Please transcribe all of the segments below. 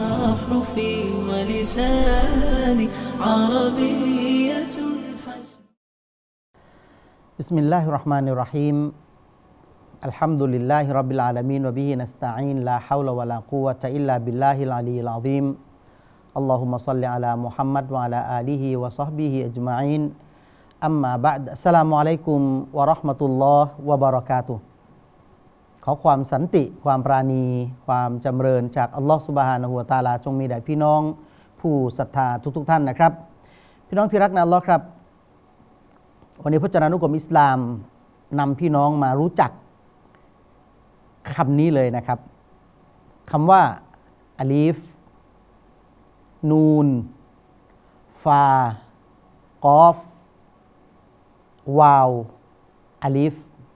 أحرفي ولساني عربية حسب. بسم الله الرحمن الرحيم الحمد لله رب العالمين وبه نستعين لا حول ولا قوة إلا بالله العلي العظيم اللهم صل على محمد وعلى آله وصحبه أجمعين أما بعد السلام عليكم ورحمة الله وبركاته ขอความสันติความปราณีความจำเริญจากอัลลอฮฺซุบฮานะฮูวะตะอาลาจงมีแด่พี่น้องผู้ศรัทธาทุกท่านนะครับพี่น้องที่รักในอัลลอฮฺครับวันนี้พจนานุกรมอิสลามนำพี่น้องมารู้จักคำนี้เลยนะครับคำว่าอาลีฟนูนฟากอฟวาวอาลีฟ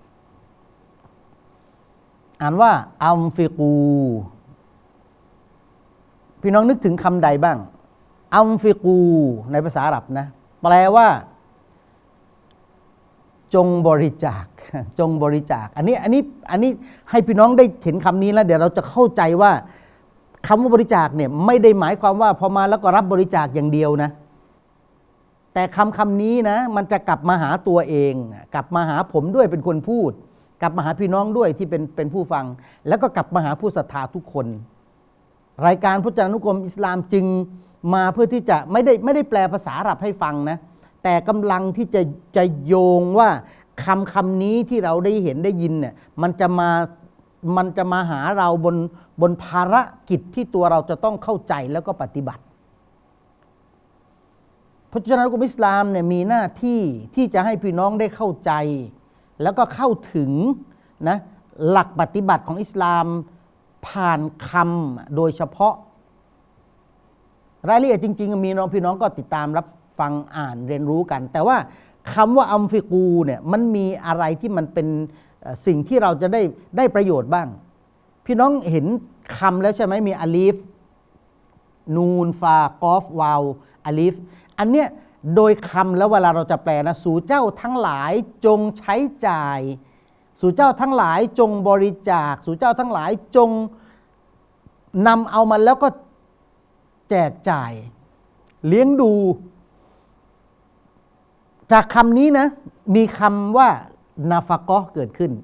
อ่านว่าอัมฟิกูพี่น้องนึกถึงคำใดบ้างอัมฟิกูในภาษาอาหรับนะแปลว่าจงบริจาคจงบริจาคอันนี้ให้พี่น้องได้เห็นคำนี้แล้วเดี๋ยวเราจะเข้าใจว่าคำว่าบริจาคเนี่ยไม่ได้หมายความว่าพอมาแล้วก็รับบริจาคอย่างเดียวนะแต่คำนี้นะมันจะกลับมาหาตัวเองกลับมาหาผมด้วยเป็นคนพูดกลับมาหาพี่น้องด้วยที่เป็นผู้ฟังแล้วก็กลับมาหาผู้ศรัทธาทุกคนรายการพจนานุกรมอิสลามจึงมาเพื่อที่จะไม่ได้แปลภาษาอาหรับให้ฟังนะแต่กำลังที่จะโยงว่าคำนี้ที่เราได้เห็นได้ยินเนี่ยมันจะมาหาเราบนภารกิจที่ตัวเราจะต้องเข้าใจแล้วก็ปฏิบัติพจนานุกรมอิสลามเนี่ยมีหน้าที่ที่จะให้พี่น้องได้เข้าใจแล้วก็เข้าถึงนะหลักปฏิบัติของอิสลามผ่านคำโดยเฉพาะรายละเอียดจริงๆมีน้องพี่น้องก็ติดตามรับฟังอ่านเรียนรู้กันแต่ว่าคำว่าอัมฟิกูเนี่ยมันมีอะไรที่มันเป็นสิ่งที่เราจะได้ประโยชน์บ้างพี่น้องเห็นคำแล้วใช่ไหมมีอาลีฟนูนฟากอฟวาวอาลีฟอันเนี้ยโดยคำแล้วเวลาเราจะแปลนะสู่เจ้าทั้งหลายจงใช้จ่ายสู่เจ้าทั้งหลายจงบริจาคสู่เจ้าทั้งหลายจงนำเอามันแล้วก็แจกจ่ายเลี้ยงดูจากคำนี้นะมีคำว่านาฟะกอฮ์เกิดขึ้น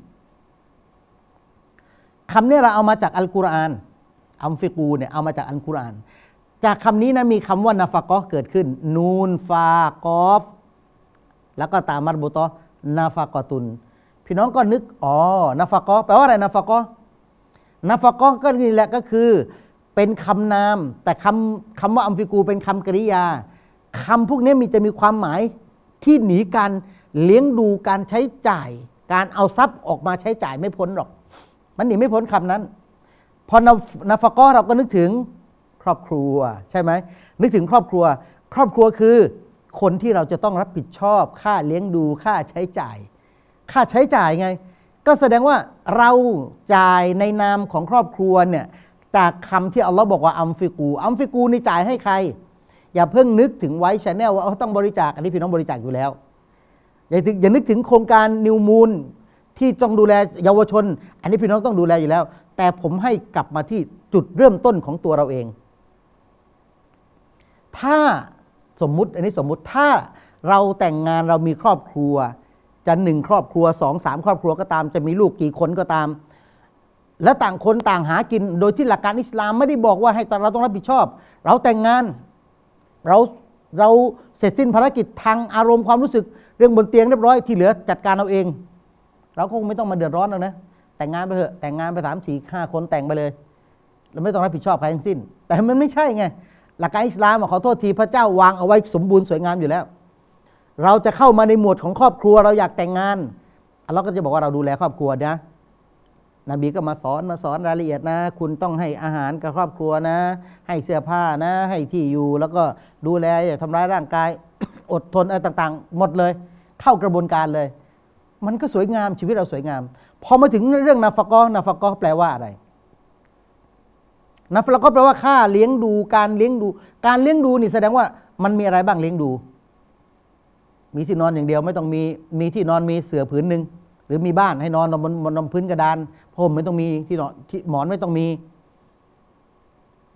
คำนี้เราเอามาจากอัลกุรอานอัมฟิกูเนี่ยเอามาจากอัลกุรอานจากคำนี้นะมีคำว่านาฟะกอฮ์เกิดขึ้นนูนฟากอฟแล้วก็ตามมัรบุตอนาฟะกอตุนพี่น้องก็นึกนาฟะกอฮ์แปลว่าอะไรนาฟะกอฮ์นาฟะกอฮ์ก็นี่แหละก็คือเป็นคำนามแต่คำว่าอัมฟิกูเป็นคำกริยาคำพวกนี้จะมีความหมายที่หนีการเลี้ยงดูการใช้จ่ายการเอาทรัพย์ออกมาใช้จ่ายไม่พ้นหรอกมันหนีไม่พ้นคำนั้นพอนาฟะกอฮ์เราก็นึกถึงครอบครัวใช่ไหมนึกถึงครอบครัวคือคนที่เราจะต้องรับผิดชอบค่าเลี้ยงดูค่าใช้จ่ายไงก็แสดงว่าเราจ่ายในนามของครอบครัวเนี่ยจากคำที่อัลลอฮ์บอกว่าอัมฟิกูนี่จ่ายให้ใครอย่าเพิ่งนึกถึงไว้ชาแนลว่าต้องบริจาคอันนี้พี่น้องบริจาคอยู่แล้วอย่านึกถึงโครงการนิวมูนที่ต้องดูแลเยาวชนอันนี้พี่น้องต้องดูแลอยู่แล้วแต่ผมให้กลับมาที่จุดเริ่มต้นของตัวเราเองถ้าสมมุติถ้าเราแต่งงานเรามีครอบครัวจะ1ครอบครัว2-3ครอบครัวก็ตามจะมีลูกกี่คนก็ตามและต่างคนต่างหากินโดยที่หลักการอิสลามไม่ได้บอกว่าให้เราต้องรับผิดชอบเราแต่งงานเราเสร็จสิ้นภารกิจทางอารมณ์ความรู้สึกเรื่องบนเตียงเรียบร้อยที่เหลือจัดการเอาเองเราคงไม่ต้องมาเดือดร้อนแล้วนะแต่งงานไปเถอะแต่งงานไป3-4-5 คนแต่งไปเลยเราไม่ต้องรับผิดชอบใครทั้งสิ้นแต่มันไม่ใช่ไงหลักการอิสลามขอโทษทีพระเจ้าวางเอาไว้สมบูรณ์สวยงามอยู่แล้วเราจะเข้ามาในหมวดของครอบครัวเราอยากแต่งงานอัลเลาะห์ก็จะบอกว่าเราดูแลครอบครัวนะนบีก็มาสอนรายละเอียดนะคุณต้องให้อาหารกับครอบครัวนะให้เสื้อผ้านะให้ที่อยู่แล้วก็ดูแลอย่าทำร้ายร่างกาย อดทนอะไรต่างๆหมดเลยเข้ากระบวนการเลยมันก็สวยงามชีวิตเราสวยงามพอมาถึงเรื่องนาฟะกอฮ์แปลว่าอะไรนาฟะกอฮ์แปลว่าค่าเลี้ยงดูการเลี้ยงดูนี่แสดงว่ามันมีอะไรบ้างเลี้ยงดูมีที่นอนอย่างเดียวไม่ต้องมีที่นอนมีเสื่อผืนนึงหรือมีบ้านให้นอนบนพื้นกระดานผมไม่ต้องมีที่นอนหมอนไม่ต้องมี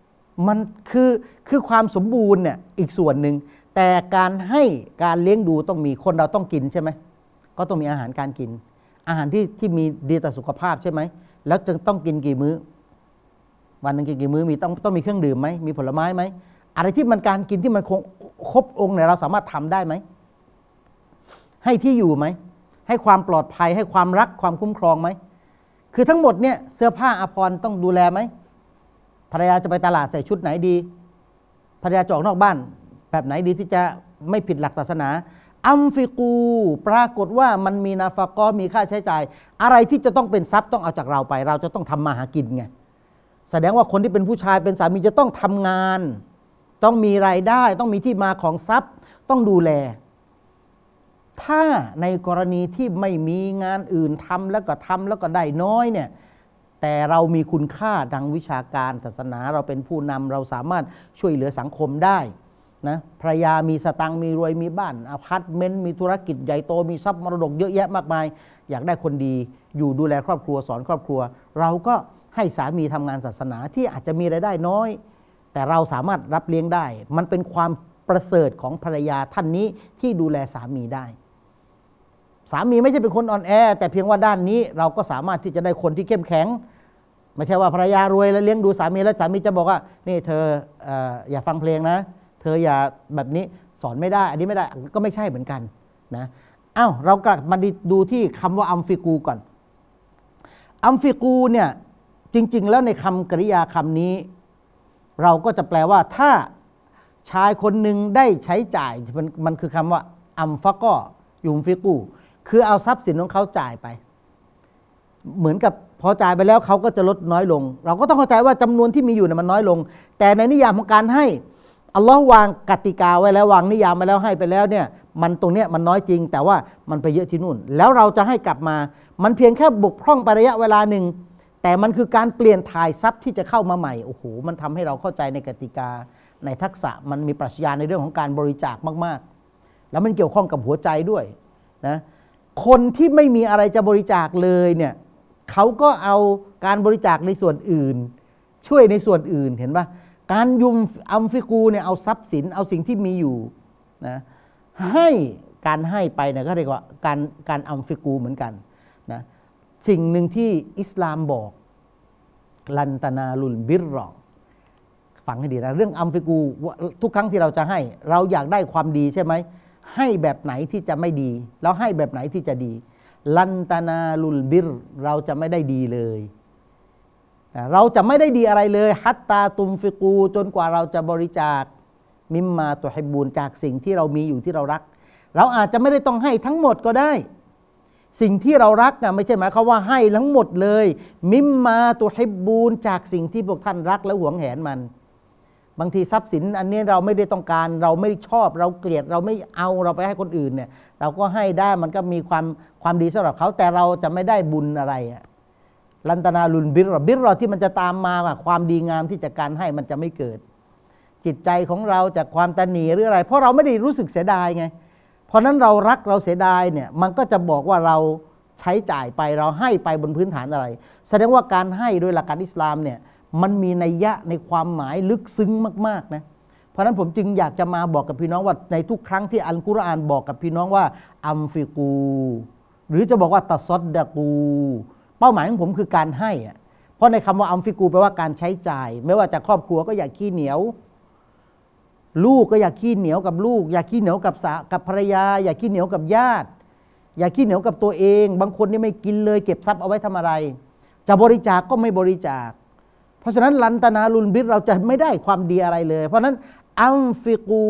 มันคือความสมบูรณ์เนี่ยอีกส่วนหนึ่งแต่การให้การเลี้ยงดูต้องมีคนเราต้องกินใช่ไหมก็ต้องมีอาหารการกินอาหารที่มีดีต่อสุขภาพใช่ไหมแล้วจึงต้องกินกี่มื้อวันหนึ่งกินกี่มื้อมีต้องมีเครื่องดื่มไหมมีผลไม้ไหมอะไรที่มันการกินที่มันคงครบองค์เนี่ยเราสามารถทำได้ไหมให้ที่อยู่ไหมให้ความปลอดภัยให้ความรักความคุ้มครองไหมคือทั้งหมดเนี่ยเสื้อผ้าอาภรณ์ต้องดูแลไหมภรรยาจะไปตลาดใส่ชุดไหนดีภรรยาจะออกนอกบ้านแบบไหนดีที่จะไม่ผิดหลักศาสนาอัมฟิกูปรากฏว่ามันมีนาฟะกอมีค่าใช้จ่ายอะไรที่จะต้องเป็นทรัพย์ต้องเอาจากเราไปเราจะต้องทำมาหากินไงแสดงว่าคนที่เป็นผู้ชายเป็นสามีจะต้องทำงานต้องมีรายได้ต้องมีที่มาของทรัพย์ต้องดูแลถ้าในกรณีที่ไม่มีงานอื่นทำแล้วก็ได้น้อยเนี่ยแต่เรามีคุณค่าทางวิชาการศาสนาเราเป็นผู้นำเราสามารถช่วยเหลือสังคมได้นะภรรยามีสตังค์มีรวยมีบ้านอพาร์ตเมนต์มีธุรกิจใหญ่โตมีทรัพย์มรดกเยอะแยะมากมายอยากได้คนดีอยู่ดูแลครอบครัวสอนครอบครัวเราก็ให้สามีทำงานศาสนาที่อาจจะมีรายได้น้อยแต่เราสามารถรับเลี้ยงได้มันเป็นความประเสริฐของภรรยาท่านนี้ที่ดูแลสามีได้สามีไม่ใช่เป็นคนอ่อนแอแต่เพียงว่าด้านนี้เราก็สามารถที่จะได้คนที่เข้มแข็งไม่ใช่ว่าภรรยารวยแล้วเลี้ยงดูสามีแล้วสามีจะบอกว่านี่เธออย่าฟังเพลงนะเธออย่าแบบนี้สอนไม่ได้อันนี้ไม่ได้ก็ไม่ใช่เหมือนกันนะเรากลับมาดูที่คำว่าอัมฟิกูก่อนอัมฟิกูเนี่ยจริงๆแล้วในคำกริยาคำนี้เราก็จะแปลว่าถ้าชายคนหนึ่งได้ใช้จ่ายมันคือคำว่าอัมฟะกอยุมฟิกูคือเอาทรัพย์สินของเขาจ่ายไปเหมือนกับพอจ่ายไปแล้วเขาก็จะลดน้อยลงเราก็ต้องเข้าใจว่าจำนวนที่มีอยู่เนี่ยมันน้อยลงแต่ในนิยามของการให้อัลลอฮ์วางกติกาไว้แล้ววางนิยามไว้แล้วให้ไปแล้วเนี่ยมันตรงเนี้ยมันน้อยจริงแต่ว่ามันไปเยอะที่นู่นแล้วเราจะให้กลับมามันเพียงแค่บกพร่องไประยะเวลาหนึ่งแต่มันคือการเปลี่ยนถ่ายทรัพย์ที่จะเข้ามาใหม่โอ้โหมันทำให้เราเข้าใจในกติกาในทักษะมันมีปรัชญาในเรื่องของการบริจาคมากๆแล้วมันเกี่ยวข้องกับหัวใจด้วยนะคนที่ไม่มีอะไรจะบริจาคเลยเนี่ยเขาก็เอาการบริจาคในส่วนอื่นช่วยในส่วนอื่นเห็นปะการยุมอัมฟิกูเนี่ยเอาทรัพย์สินเอาสิ่งที่มีอยู่นะให้การให้ไปเนี่ยก็เรียกว่าการอัมฟิกูเหมือนกันนะสิ่งหนึ่งที่อิสลามบอกลันตนาลุลบิรรอฟังให้ดีนะเรื่องอัมฟิกูทุกครั้งที่เราจะให้เราอยากได้ความดีใช่ไหมให้แบบไหนที่จะไม่ดีแล้วให้แบบไหนที่จะดีลันตนาลุลบิรเราจะไม่ได้ดีเลยเราจะไม่ได้ดีอะไรเลยฮัตตาตุมฟิกูจนกว่าเราจะบริจาคมิมมาตุฮิบูนจากสิ่งที่เรามีอยู่ที่เรารักเราอาจจะไม่ได้ต้องให้ทั้งหมดก็ได้สิ่งที่เรารักไม่ใช่หมายความว่าให้ทั้งหมดเลยมิมมาตุฮิบูนจากสิ่งที่พวกท่านรักและหวงแหนมันบางทีทรัพย์สินอันนี้เราไม่ได้ต้องการเราไม่ชอบเราเกลียดเราไม่เอาเราไปให้คนอื่นเนี่ยเราก็ให้ได้มันก็มีความดีสำหรับเขาแต่เราจะไม่ได้บุญอะไรลันตนาลุนบิรรที่มันจะตามมาความดีงามที่จากการให้มันจะไม่เกิดจิตใจของเราจากความตนีหรืออะไรเพราะเราไม่ได้รู้สึกเสียดายไงเพราะนั้นเรารักเราเสียดายเนี่ยมันก็จะบอกว่าเราใช้จ่ายไปเราให้ไปบนพื้นฐานอะไรแสดงว่าการให้โดยหลักการอิสลามเนี่ยมันมีนัยยะในความหมายลึกซึ้งมากๆนะเพราะนั้นผมจึงอยากจะมาบอกกับพี่น้องว่าในทุกครั้งที่อัลกุรอานบอกกับพี่น้องว่าอัมฟิกูหรือจะบอกว่าตัซอดดะกูเป้าหมายของผมคือการให้เพราะในคำว่าอัมฟิกูแปลว่าการใช้จ่ายไม่ว่าจากครอบครัวก็อย่าขี้เหนียวลูกก็อย่าขี้เหนียวกับลูกอย่าขี้เหนียวกับภรรยาอย่าขี้เหนียวกับญาติอย่าขี้เหนียวกับตัวเองบางคนนี่ไม่กินเลยเก็บทรัพย์เอาไว้ทำอะไรจะบริจาคก็ไม่บริจาคเพราะฉะนั้นลันตนาลุนบิรเราจะไม่ได้ความดีอะไรเลยเพราะนั้นอัมฟิกู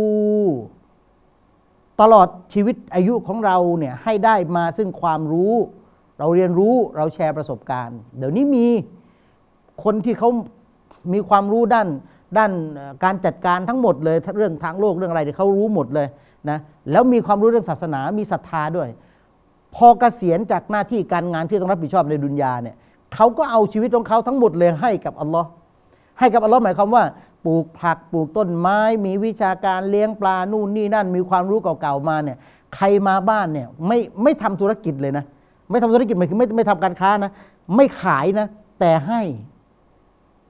ตลอดชีวิตอายุของเราเนี่ยให้ได้มาซึ่งความรู้เราเรียนรู้เราแชร์ประสบการณ์เดี๋ยวนี้มีคนที่เขามีความรู้ด้านการจัดการทั้งหมดเลยเรื่องทางโลกเรื่องอะไรเนี่ยเขารู้หมดเลยนะแล้วมีความรู้เรื่องศาสนามีศรัทธาด้วยพอเกษียณจากหน้าที่การงานที่ต้องรับผิดชอบในดุนยาเนี่ยเขาก็เอาชีวิตของเขาทั้งหมดเลยให้กับอัลลอฮ์ให้กับอัลลอฮ์หมายความว่าปลูกผักปลูกต้นไม้มีวิชาการเลี้ยงปลานู่นนี่นั่นมีความรู้เก่าๆมาเนี่ยใครมาบ้านเนี่ยไม่ทำธุรกิจเลยนะไม่ทำธุรกิจหมายถึงไม่ทำการค้านะไม่ขายนะแต่ให้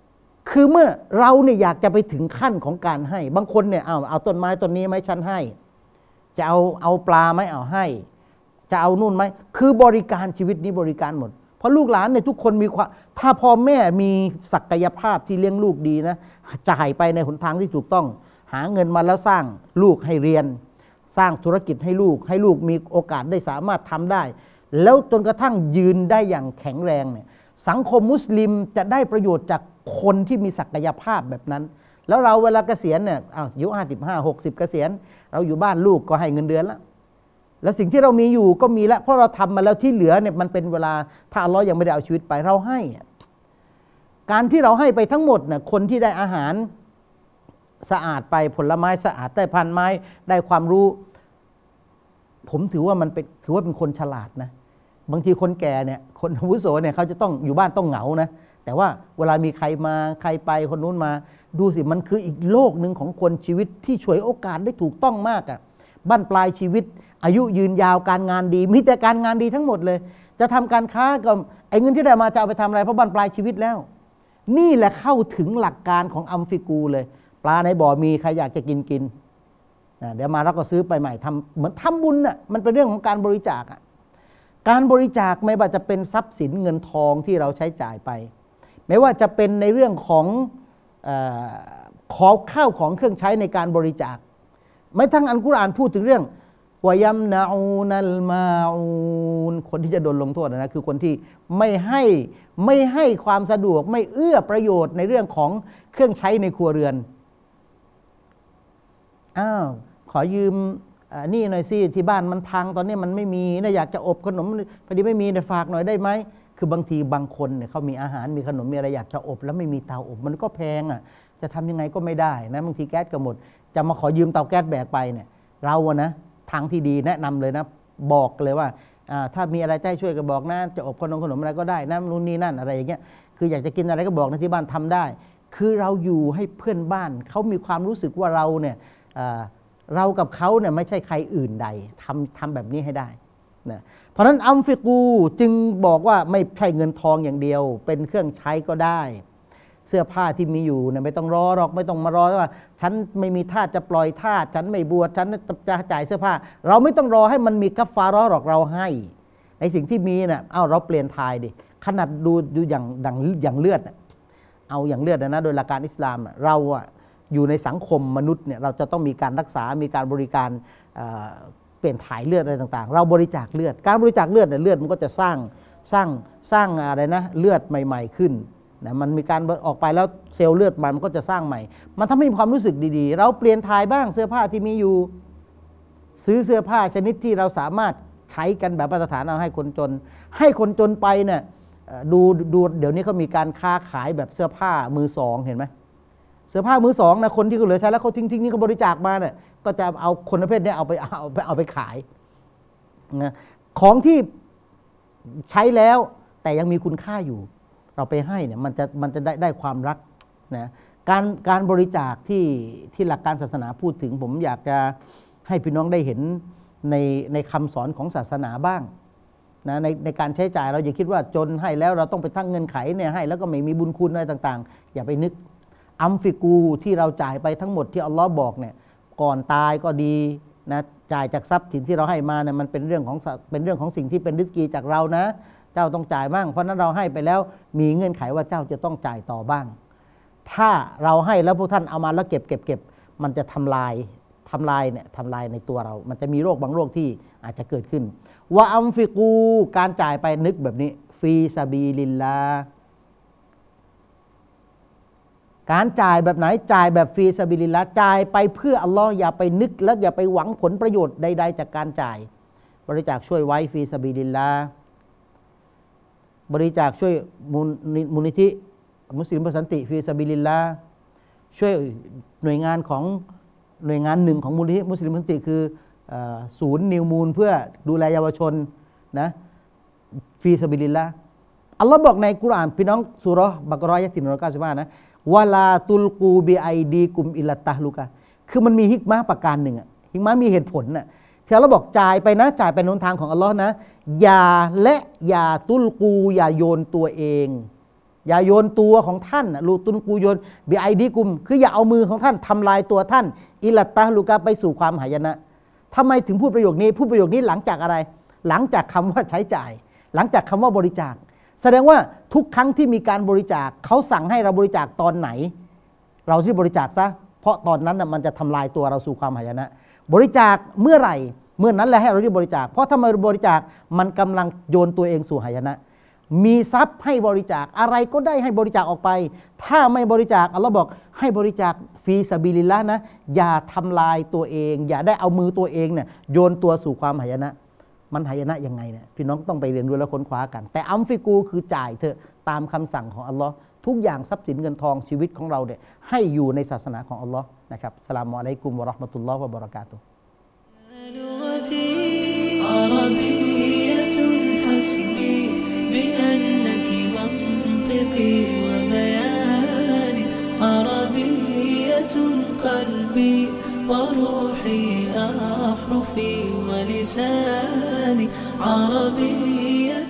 คือเมื่อเราเนี่ยอยากจะไปถึงขั้นของการให้บางคนเนี่ยเอาต้นไม้ต้นนี้ไหมฉันให้จะเอาปลาไหมเอาให้จะเอานู่นไหมคือบริการชีวิตนี้บริการหมดเพราะลูกหลานเนี่ยทุกคนมีความถ้าพ่อแม่มีศักยภาพที่เลี้ยงลูกดีนะจ่ายไปในหนทางที่ถูกต้องหาเงินมาแล้วสร้างลูกให้เรียนสร้างธุรกิจให้ลูกมีโอกาสได้สามารถทำได้แล้วจนกระทั่งยืนได้อย่างแข็งแรงเนี่ยสังคมมุสลิมจะได้ประโยชน์จากคนที่มีศักยภาพแบบนั้นแล้วเราเวลาเกษียณเนี่ยอายุ55-60เกษียณเราอยู่บ้านลูกก็ให้เงินเดือนแล้วสิ่งที่เรามีอยู่ก็มีแล้วเพราะเราทำมาแล้วที่เหลือเนี่ยมันเป็นเวลาถ้าอัลเลาะห์ยังไม่ได้เอาชีวิตไปเราให้การที่เราให้ไปทั้งหมดน่ะคนที่ได้อาหารสะอาดไปผลไม้สะอาดได้พันไม้ได้ความรู้ผมถือว่าเป็นคนฉลาดนะบางทีคนแก่เนี่ยคนอาวุโสเนี่ยเขาจะต้องอยู่บ้านต้องเหงานะแต่ว่าเวลามีใครมาใครไปคนนู้นมาดูสิมันคืออีกโลกหนึ่งของคนชีวิตที่ฉวยโอกาสได้ถูกต้องมากบั้นปลายชีวิตอายุยืนยาวการงานดีมีแต่การงานดีทั้งหมดเลยจะทำการค้าก็ไอ้เงินที่ได้มาจะเอาไปทำอะไรเพราะบั้นปลายชีวิตแล้วนี่แหละเข้าถึงหลักการของอัมฟิกูเลยปลาในบ่อมีใครอยากจะกินเดี๋ยวมาเราก็ซื้อไปใหม่ทำเหมือนทำบุญน่ะมันเป็นเรื่องของการบริจาคการบริจาคไม่ว่าจะเป็นทรัพย์สินเงินทองที่เราใช้จ่ายไปไม่ว่าจะเป็นในเรื่องของข้าวของเครื่องใช้ในการบริจาคไม่ทั้งอัลกุรอานพูดถึงเรื่องวะยัมนะอูนัลมาอูนคนที่จะโดนลงโทษนะคือคนที่ไม่ให้ความสะดวกไม่เอื้อประโยชน์ในเรื่องของเครื่องใช้ในครัวเรือนขอยืมนี่หน่อยสิที่บ้านมันพังตอนนี้มันไม่มีนะอยากจะอบขนมพอดีไม่มีแต่ฝากหน่อยได้ไหมคือบางทีบางคนเนี่ยเขามีอาหารมีขนมมีอะไรอยากจะอบแล้วไม่มีเตาอบมันก็แพงจะทำยังไงก็ไม่ได้นะบางทีแก๊สก็หมดจะมาขอยืมเตาแก๊สแบกไปเนี่ยเรานะทางที่ดีแนะนำเลยนะบอกเลยว่าถ้ามีอะไรจะให้ช่วยก็บอกนะจะอบขนมอะไรก็ได้นะนู่นนี่นั่นอะไรอย่างเงี้ยคืออยากจะกินอะไรก็บอกนะที่บ้านทำได้คือเราอยู่ให้เพื่อนบ้านเขามีความรู้สึกว่าเราเนี่ยเรากับเขาเนี่ยไม่ใช่ใครอื่นใดทำแบบนี้ให้ได้นะเพราะฉะนั้นอัมฟิกูจึงบอกว่าไม่ใช่เงินทองอย่างเดียวเป็นเครื่องใช้ก็ได้เสื้อผ้าที่มีอยู่เนี่ยไม่ต้องรอหรอกไม่ต้องมารอว่าฉันไม่มีทาสจะปล่อยทาสฉันไม่บวชฉันจะจ่ายเสื้อผ้าเราไม่ต้องรอให้มันมีกัฟฟาเราะห์หรอกเราให้ในสิ่งที่มีน่ะเราเปลี่ยนทายดิขนาดดูอย่างเลือดเอาอย่างเลือดนะโดยหลักการอิสลามเราอยู่ในสังคมมนุษย์เนี่ยเราจะต้องมีการรักษามีการบริการเปลี่ยนถ่ายเลือดอะไรต่างๆเราบริจาคเลือดการบริจาคเลือดเนี่ยเลือดมันก็จะสร้างอะไรนะเลือดใหม่ๆขึ้นนะมันมีการออกไปแล้วเซลล์เลือดมันก็จะสร้างใหม่มันทำให้มีความรู้สึกดีๆเราเปลี่ยนถ่ายบ้างเสื้อผ้าที่มีอยู่ซื้อเสื้อผ้าชนิดที่เราสามารถใช้กันแบบมาตรฐานเอาให้คนจนไปเนี่ยดูเดี๋ยวนี้เขามีการค้าขายแบบเสื้อผ้ามือสองเห็นไหมเสื้อผ้ามือสองนะคนที่เขาเหลือใช้แล้วเขาทิ้งนี่เขาบริจาคมาเนี่ยก็จะเอาคนประเภทนี้เอาไปขายนะของที่ใช้แล้วแต่ยังมีคุณค่าอยู่เราไปให้เนี่ยมันจะได้ความรักนะการบริจาคที่หลักการศาสนาพูดถึงผมอยากจะให้พี่น้องได้เห็นในคำสอนของศาสนาบ้างนะในการใช้จ่ายเราอย่าคิดว่าจนให้แล้วเราต้องไปตั้งเงินไขเนี่ยให้แล้วก็ไม่มีบุญคุณอะไรต่างๆอย่าไปนึกอัมฟิกูที่เราจ่ายไปทั้งหมดที่อัลลอฮ์บอกเนี่ยก่อนตายก็ดีนะจ่ายจากทรัพย์สินที่เราให้มาเนี่ยมันเป็นเรื่องของสิ่งที่เป็นริสกีจากเรานะเจ้าต้องจ่ายบ้างเพราะนั้นเราให้ไปแล้วมีเงื่อนไขว่าเจ้าจะต้องจ่ายต่อบ้างถ้าเราให้แล้วพวกท่านเอามาแล้วเก็บมันจะทำลายในตัวเรามันจะมีโรคบางโรคที่อาจจะเกิดขึ้นว่าอัมฟิกูการจ่ายไปนึกแบบนี้ฟีซาบีลิลลาการจ่ายแบบไหนจ่ายแบบฟีซาบิลิลลาห์จ่ายไปเพื่ออัลลอฮ์อย่าไปนึกแล้วอย่าไปหวังผลประโยชน์ใดๆจากการจ่ายบริจาคช่วยไว้ฟีซาบิลิลลาห์บริจาคช่วยมูลนิธิมุสลิมเพื่อสันติฟีซาบิลิลลาห์ช่วยหน่วยงานหนึ่งของมูลนิธิมุสลิมเพื่อสันติคือศูนย์นิวมูลเพื่อดูแลเยาวชนนะฟีซาบิลิลลาห์อัลลอฮ์บอกในกุรอานพี่น้องซูเราะห์บักเราะห์อายะห์ที่195นะวะลาตุลกูบิไอดีกุมอิลลัตตะลุกะคือมันมีฮิกมะห์ประการหนึ่งฮิกมะห์มีเหตุผลที่เราบอกจ่ายไปนะจ่ายไปในหนทางของอัลลอฮ์นะอย่าตุลกูอย่าโยนตัวเองอย่าโยนตัวของท่านลูตุนกูโยนบิไอดีกุมคืออย่าเอามือของท่านทำลายตัวท่านอิลัตตะลูกาไปสู่ความหายนะทำไมถึงพูดประโยคนี้พูดประโยคนี้หลังจากอะไรหลังจากคำว่าใช้จ่ายหลังจากคำว่าบริจาคแสดงว่าทุกครั้งที่มีการบริจาคเขาสั่งให้เราบริจาคตอนไหนเราที่บริจาคซะเพราะตอนนั้นมันจะทำลายตัวเราสู่ความหายนะบริจาคเมื่อไหร่เมื่อนั้นแหละให้เราที่บริจาคเพราะถ้าไม่บริจาคมันกำลังโยนตัวเองสู่หายนะมีทรัพย์ให้บริจาคอะไรก็ได้ให้บริจาคออกไปถ้าไม่บริจาคอัลลอฮ์บอกให้บริจาคฟีซาบิลิลละห์นะอย่าทำลายตัวเองอย่าได้เอามือตัวเองเนี่ยโยนตัวสู่ความหายนะมันหายนะยังไงเนี่ยพี่น้องต้องไปเรียนรู้และค้นคว้ากันแต่อัมฟิกูคือจ่ายเถอะตามคำสั่งของอัลลอฮ์ทุกอย่างทรัพย์สินเงินทองชีวิตของเราเนี่ยให้อยู่ในศาสนาของอัลลอฮ์นะครับอัสสลามุอะลัยกุมวะเราะห์มะตุลลอฮ์วะบะเราะกาตุฮ์ لغتي عربية حسبي بأنك منطقي وبياني عربية قلبي وروحي أحرفي ولساني عربية